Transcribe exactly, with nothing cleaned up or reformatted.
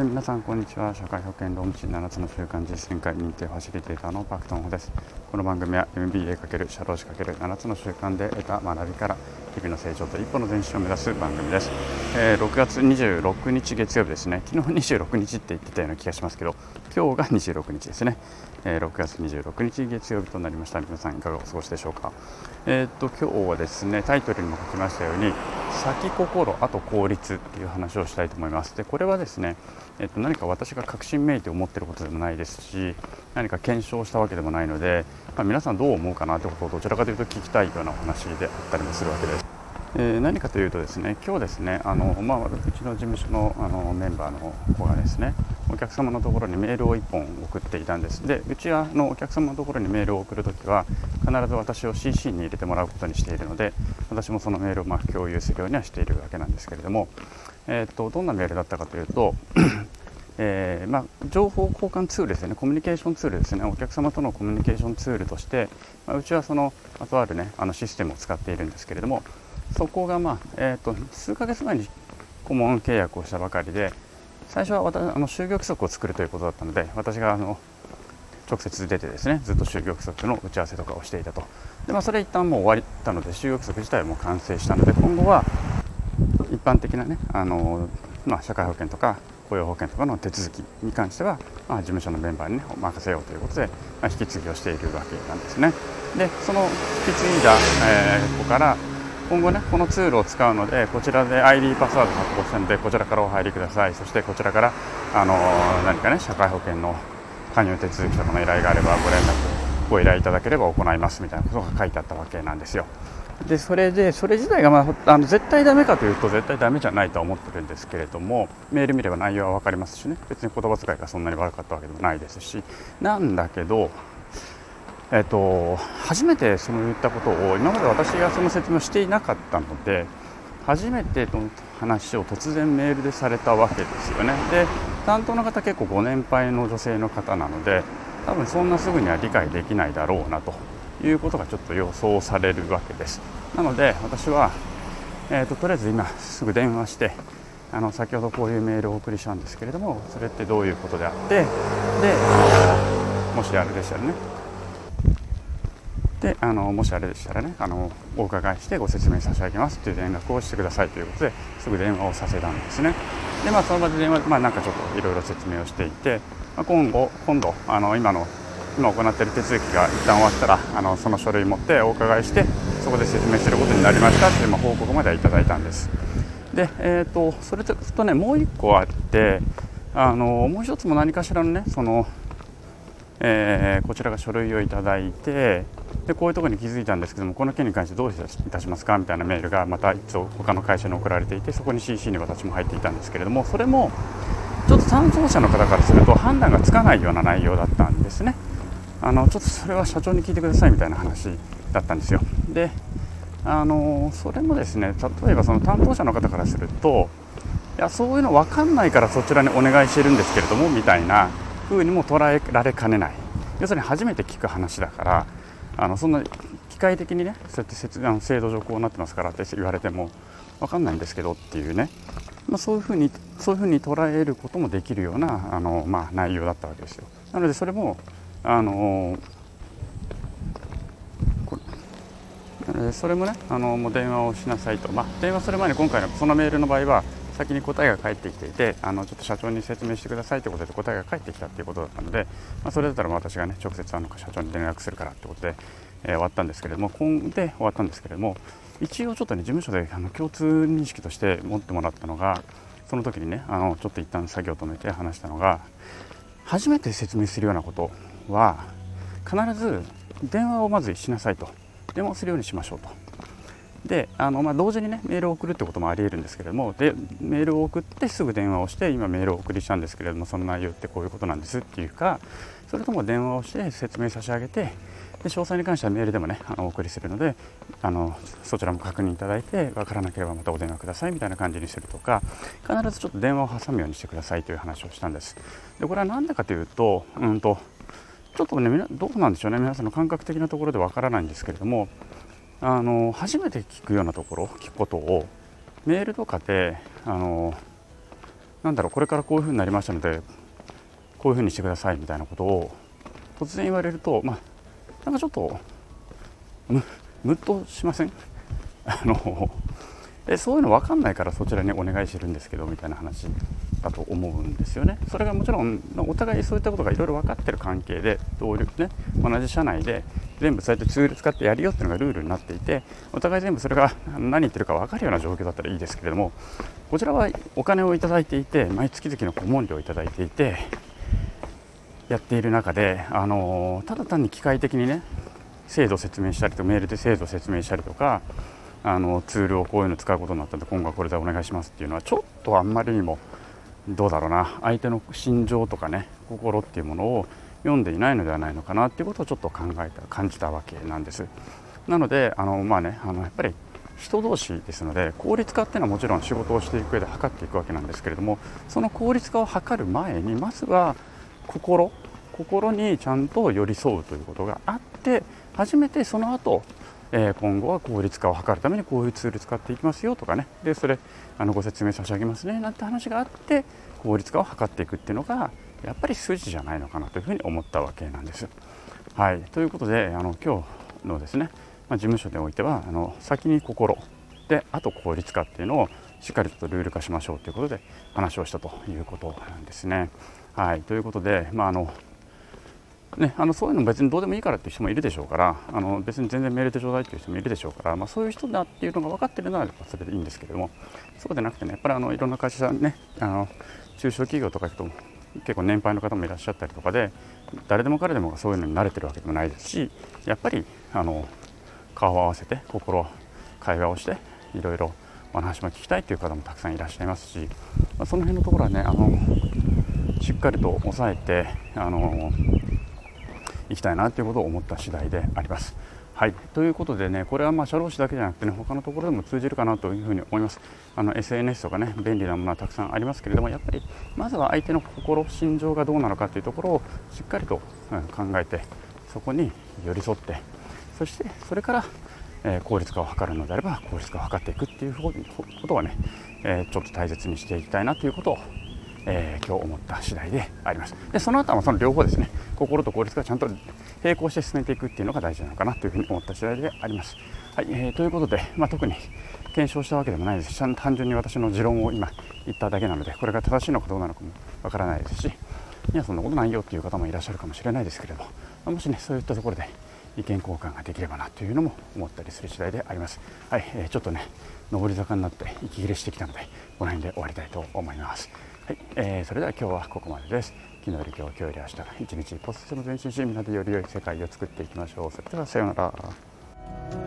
ー、皆さんこんにちは。社会保険労務士ななつの習慣実践会認定ファシリテーターのパクトンホです。この番組は エムビーエー× 社労士 ×なな つの習慣で得た学びから日々の成長と一歩の前進を目指す番組です。えー、ろくがつにじゅうろくにち月曜日ですね。昨日にじゅうろくにちって言ってたような気がしますけど、今日がにじゅうろくにちですね。えー、ろくがつにじゅうろくにち月曜日となりました。皆さんいかがお過ごしでしょうか。えー、っと今日はですね、タイトルにも書きましたように先心あと効率っていう話をしたいと思います。でこれはですね、えっと、何か私が確信めいて思っていることでもないですし、何か検証したわけでもないので、まあ、皆さんどう思うかなということをどちらかというと聞きたいようなお話であったりもするわけです。えー、何かというとですね、今日ですね、あの、まあ、うちの事務所の、あのメンバーの子がですね、お客様のところにメールをいっぽん送っていたんです。で、うちはのお客様のところにメールを送るときは必ず私を シーシー に入れてもらうことにしているので、私もそのメールをまあ共有するようにはしているわけなんですけれども、えー、っとどんなメールだったかというとえーまあ、情報交換ツールですよね、コミュニケーションツールですね、お客様とのコミュニケーションツールとして、まあ、うちはそのとある、ね、あのシステムを使っているんですけれども、そこが、まあえー、と数ヶ月前に顧問契約をしたばかりで、最初は私あの就業規則を作るということだったので、私があの直接出てですね、ずっと就業規則の打ち合わせとかをしていたと。で、まあ、それ一旦もう終わったので、就業規則自体はもう完成したので、今後は一般的なね、あの、まあ、社会保険とか雇用保険とかの手続きに関しては、まあ、事務所のメンバーに、ね、任せようということで、まあ、引き継ぎをしているわけなんですね。で、その引き継いだ、えー、子から今後ね、このツールを使うので、こちらで アイディー パスワード発行したので、こちらからお入りください。そしてこちらから、あのー、何かね、社会保険の加入手続きとかの依頼があればご連絡、ご依頼いただければ行いますみたいなことが書いてあったわけなんですよ。でそれでそれ自体が、まあ、あの絶対ダメかというと絶対ダメじゃないとは思ってるんですけれども、メール見れば内容は分かりますしね、別に言葉遣いがそんなに悪かったわけでもないですし、なんだけど、えっと、初めてその言ったことを今まで私がその説明をしていなかったので、初めての話を突然メールでされたわけですよね。で担当の方結構ご年配の女性の方なので、多分そんなすぐには理解できないだろうなということがちょっと予想されるわけです。なので私は、えーと、とりあえず今すぐ電話して、あの先ほどこういうメールをお送りしたんですけれども、それってどういうことであって、でもしあれでしたらねであのもしあれでしたらねあのお伺いしてご説明差し上げますという連絡をしてくださいということですぐ電話をさせたんですね。で、まあ、その場で電話、まあ、なんかちょっといろいろ説明をしていて、まあ、今後今度あの今の今行っている手続きが一旦終わったら、あのその書類を持ってお伺いして、そこで説明することになりましたという、まあ、報告まではいただいたんです。で、えー、とそれとね、もう一個あって、あのもう一つも何かしらのね、その、えー、こちらが書類をいただいて、でこういうところに気づいたんですけども、この件に関してどういたしますかみたいなメールがまた一応他の会社に送られていて、そこに シーシー に私も入っていたんですけれども、それもちょっと担当者の方からすると判断がつかないような内容だったんですね。あのちょっとそれは社長に聞いてくださいみたいな話だったんですよ。で、あのそれもですね、例えばその担当者の方からすると、いやそういうの分かんないからそちらにお願いしてるんですけれどもみたいな風にも捉えられかねない。要するに初めて聞く話だから、あのそんな機械的にね、そうやって説あの制度上こうなってますからって言われても分かんないんですけどっていうね、まあ、そういうふうにそういうふうに捉えることもできるようなあの、まあ、内容だったわけですよ。なのでそれもあのこれそれもね、あのもう電話をしなさいと、まあ、電話する前に今回のそのメールの場合は先に答えが返ってきていて、あのちょっと社長に説明してくださいということで答えが返ってきたということだったので、まあ、それだったら私がね直接あの社長に連絡するからということで、えー、終わったんですけれども、今で終わったんですけれども、一応ちょっとね事務所であの共通認識として持ってもらったのが、その時にねあのちょっと一旦作業を止めて話したのが、初めて説明するようなことは必ず電話をまずしなさいと、電話をするようにしましょうと。であの、まあ、同時にねメールを送るってこともあり得るんですけれども、でメールを送ってすぐ電話をして、今メールをお送りしたんですけれども、その内容ってこういうことなんですっていうか、それとも電話をして説明差し上げて、で詳細に関してはメールでもねあのお送りするので、あのそちらも確認いただいて、分からなければまたお電話くださいみたいな感じにするとか、必ずちょっと電話を挟むようにしてくださいという話をしたんです。でこれは何でかというと、うんとちょっとねどうなんでしょうね、皆さんの感覚的なところでわからないんですけれども、あの初めて聞くようなところ聞くことをメールとかであのなんだろうこれからこういう風になりましたのでこういう風にしてくださいみたいなことを突然言われると、まあなんかちょっとむむっとしませんあのえそういうの分かんないからそちらにお願いしてるんですけどみたいな話だと思うんですよね。それがもちろんお互いそういったことがいろいろ分かってる関係で同僚ね同じ社内で全部そうやってツール使ってやるよっていうのがルールになっていて、お互い全部それが何言ってるか分かるような状況だったらいいですけれども、こちらはお金をいただいていて毎月々の顧問料をいただいていてやっている中で、あのただ単に機械的にね制度を説明したりとメールで制度を説明したりとか、あのツールをこういうの使うことになったので今後はこれでお願いしますっていうのはちょっとあんまりにもどうだろうな、相手の心情とかね心っていうものを読んでいないのではないのかなっていうことをちょっと考えた感じたわけなんです。なのであのまあねあのやっぱり人同士ですので効率化っていうのはもちろん仕事をしていく上で測っていくわけなんですけれども、その効率化を図る前にまずは心心にちゃんと寄り添うということがあって初めてその後えー、今後は効率化を図るためにこういうツール使っていきますよとかね、でそれあのご説明差し上げますねなんて話があって効率化を図っていくっていうのがやっぱり筋じゃないのかなというふうに思ったわけなんです。はい、ということであの今日のですね、まあ、事務所においてはあの先に心であと効率化っていうのをしっかりとルール化しましょうということで話をしたということなんですね。はい、ということで、まああのね、あのそういうの別にどうでもいいからっていう人もいるでしょうから、あの別に全然メールでちょうだいっていう人もいるでしょうから、まあ、そういう人だっていうのが分かっているのはそれでいいんですけれども、そうでなくてねやっぱりあのいろんな会社ねあの中小企業とか行くと結構年配の方もいらっしゃったりとかで誰でも彼でもそういうのに慣れてるわけでもないですし、やっぱりあの顔を合わせて心会話をしていろいろお話も聞きたいという方もたくさんいらっしゃいますし、まあ、その辺のところはねあのしっかりと抑えてあのいきたいなということを思った次第であります。はい、ということでねこれはまあ社労士だけじゃなくてね他のところでも通じるかなというふうに思います。あの エスエヌエス とかね便利なものはたくさんありますけれども、やっぱりまずは相手の心心情がどうなのかというところをしっかりと、うん、考えてそこに寄り添って、そしてそれから、えー、効率化を図るのであれば効率化を図っていくっていうことはね、えー、ちょっと大切にしていきたいなということをえー、今日思った次第であります。でその後はその両方ですね、心と効率化をちゃんと並行して進めていくっていうのが大事なのかなというふうに思った次第であります。はい、えー、ということで、まあ、特に検証したわけでもないですし、単純に私の持論を今言っただけなのでこれが正しいのかどうなのかもわからないですし、いやそんなことないよっていう方もいらっしゃるかもしれないですけれども、もしねそういったところで意見交換ができればなというのも思ったりする次第であります。はい、えー、ちょっとね上り坂になって息切れしてきたのでこの辺で終わりたいと思います。はい、えー、それでは今日はここまでです。昨日より今日、今日より明日が一日一歩ずつの前進し、みんなでより良い世界を作っていきましょう。それではさようなら。